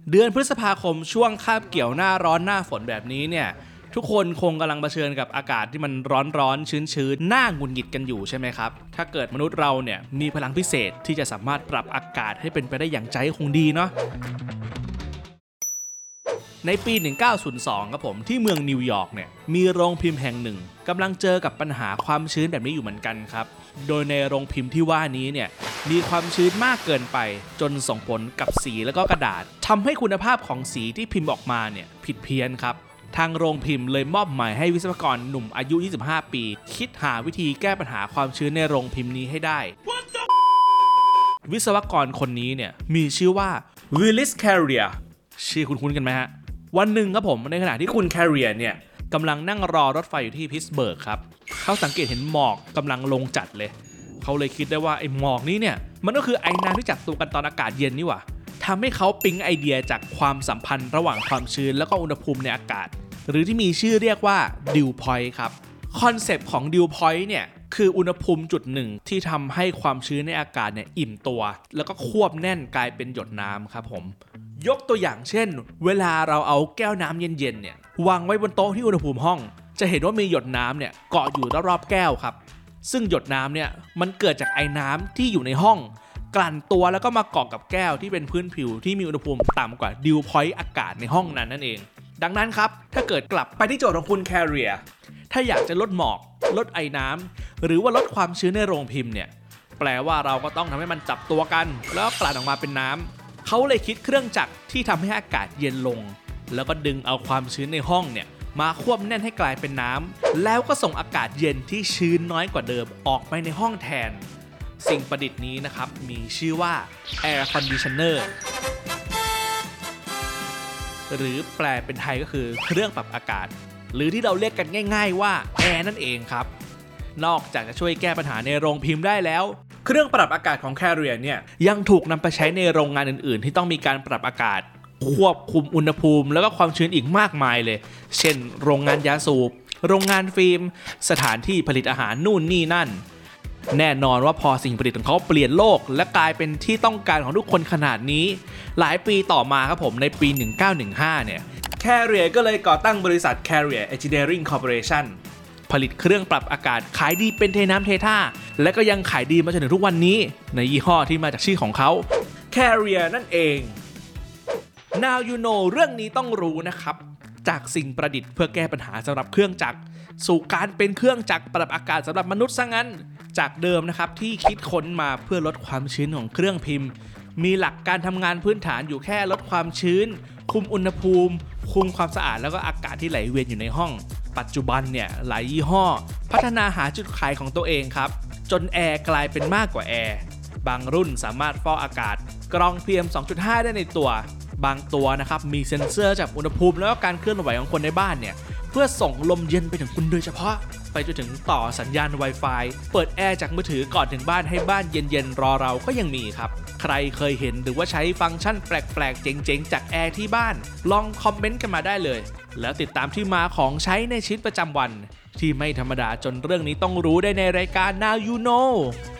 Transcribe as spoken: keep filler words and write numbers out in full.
เดือนพฤษภาคมช่วงคาบเกี่ยวหน้าร้อนหน้าฝนแบบนี้เนี่ยทุกคนคงกำลังเผชิญกับอากาศที่มันร้อนๆชื้นๆน่าหงุดหงิดกันอยู่ใช่ไหมครับถ้าเกิดมนุษย์เราเนี่ยมีพลังพิเศษที่จะสามารถปรับอากาศให้เป็นไปได้อย่างใจคงดีเนาะในปีหนึ่งเก้าศูนย์สองครับผมที่เมืองนิวยอร์กเนี่ยมีโรงพิมพ์แห่งหนึ่งกำลังเจอกับปัญหาความชื้นแบบนี้อยู่เหมือนกันครับโดยในโรงพิมพ์ที่ว่านี้เนี่ยมีความชื้นมากเกินไปจนส่งผลกับสีแล้วก็กระดาษทำให้คุณภาพของสีที่พิมพ์ออกมาเนี่ยผิดเพี้ยนครับทางโรงพิมพ์เลยมอบหมายให้วิศวกรหนุ่มอายุยี่สิบห้าปีคิดหาวิธีแก้ปัญหาความชื้นในโรงพิมพ์นี้ให้ได้วิศวกรคนนี้เนี่ยมีชื่อว่าวิลลิสแคเรียชื่อคุ้นๆกันไหมฮะวันหนึ่งครับผมในขณะที่คุณแคเรียเนี่ยกำลังนั่งรอรถไฟอยู่ที่พิตสเบิร์กครับเขาสังเกตเห็นหมอกกำลังลงจัดเลยเขาเลยคิดได้ว่าไอ้หมอกนี้เนี่ยมันก็คือไอน้ำที่จับตัวกันตอนอากาศเย็นนี่หว่าทำให้เขาปิ๊งไอเดียจากความสัมพันธ์ระหว่างความชื้นแล้วก็อุณหภูมิในอากาศหรือที่มีชื่อเรียกว่าดิวพอยต์ครับคอนเซปต์ของดิวพอยต์เนี่ยคืออุณหภูมิจุดหนึ่งที่ทำให้ความชื้นในอากาศเนี่ยอิ่มตัวแล้วก็ควบแน่นกลายเป็นหยดน้ำครับผมยกตัวอย่างเช่นเวลาเราเอาแก้วน้ำเย็นๆเนี่ยวางไว้บนโต๊ะที่อุณหภูมิห้องจะเห็นว่ามีหยดน้ำเนี่ยเกาะอยู่รอบๆแก้วครับซึ่งหยดน้ำเนี่ยมันเกิดจากไอน้ำที่อยู่ในห้องกลั่นตัวแล้วก็มาเกาะกับแก้วที่เป็นพื้นผิวที่มีอุณหภูมิต่ำกว่าดิวพอยต์อากาศในห้องนั้นนั่นเองดังนั้นครับถ้าเกิดกลับไปที่โจทย์ของคุณแคเรียถ้าอยากจะลดหมอกลดไอน้ำหรือว่าลดความชื้นในโรงพิมพ์เนี่ยแปลว่าเราก็ต้องทำให้มันจับตัวกันแล้วกลั่นออกมาเป็นน้ำเขาเลยคิดเครื่องจักรที่ทำให้อากาศเย็นลงแล้วก็ดึงเอาความชื้นในห้องเนี่ยมาควบแน่นให้กลายเป็นน้ำแล้วก็ส่งอากาศเย็นที่ชื้นน้อยกว่าเดิมออกไปในห้องแทนสิ่งประดิษฐ์นี้นะครับมีชื่อว่า Air Conditioner หรือแปลเป็นไทยก็คือเครื่องปรับอากาศหรือที่เราเรียกกันง่ายๆว่าแอร์นั่นเองครับนอกจากจะช่วยแก้ปัญหาในโรงพิมพ์ได้แล้วเครื่องปรับอากาศของแคเรียเนี่ยยังถูกนำไปใช้ในโรงงานอื่นๆที่ต้องมีการปรับอากาศควบคุมอุณหภูมิแล้วก็ความชื้นอีกมากมายเลยเช่นโรงงานยาสูบโรงงานฟิล์มสถานที่ผลิตอาหารนู่นนี่นั่นแน่นอนว่าพอสิ่งผลิตของเขาเปลี่ยนโลกและกลายเป็นที่ต้องการของทุกคนขนาดนี้หลายปีต่อมาครับผมในปีหนึ่งเก้าหนึ่งห้าเนี่ยแคเรียก็เลยก่อตั้งบริษัท Carrier Engineering Corporation ผลิตเครื่องปรับอากาศขายดีเป็นเทน้ำเทท่าและก็ยังขายดีมาจนถึงทุกวันนี้ในยี่ห้อที่มาจากชื่อของเขา Carrier นั่นเอง Now you know เรื่องนี้ต้องรู้นะครับจากสิ่งประดิษฐ์เพื่อแก้ปัญหาสำหรับเครื่องจักรสู่การเป็นเครื่องจักรปรับอากาศสำหรับมนุษย์ซะงั้นจากเดิมนะครับที่คิดค้นมาเพื่อลดความชื้นของเครื่องพิมพ์มีหลักการทำงานพื้นฐานอยู่แค่ลดความชื้นคุมอุณหภูมิคุมความสะอาดแล้วก็อากาศที่ไหลเวียนอยู่ในห้องปัจจุบันเนี่ยหลายยี่ห้อพัฒนาหาจุดขายของตัวเองครับจนแอร์กลายเป็นมากกว่าแอร์บางรุ่นสามารถฟอกอากาศกรอง พี เอ็ม สองจุดห้า ได้ในตัวบางตัวนะครับมีเซ็นเซอร์จับอุณหภูมิแล้วก็การเคลื่อนไหวของคนในบ้านเนี่ยเพื่อส่งลมเย็นไปถึงคุณโดยเฉพาะไปจนถึงต่อสัญญาณ Wi-Fi เปิดแอร์จากมือถือก่อนถึงบ้านให้บ้านเย็นๆรอเราก็ยังมีครับใครเคยเห็นหรือว่าใช้ฟังก์ชันแปลกๆเจ๋งๆจากแอร์ที่บ้านลองคอมเมนต์กันมาได้เลยแล้วติดตามที่มาของใช้ในชีวิตประจำวันที่ไม่ธรรมดาจนเรื่องนี้ต้องรู้ได้ในรายการ Now You Know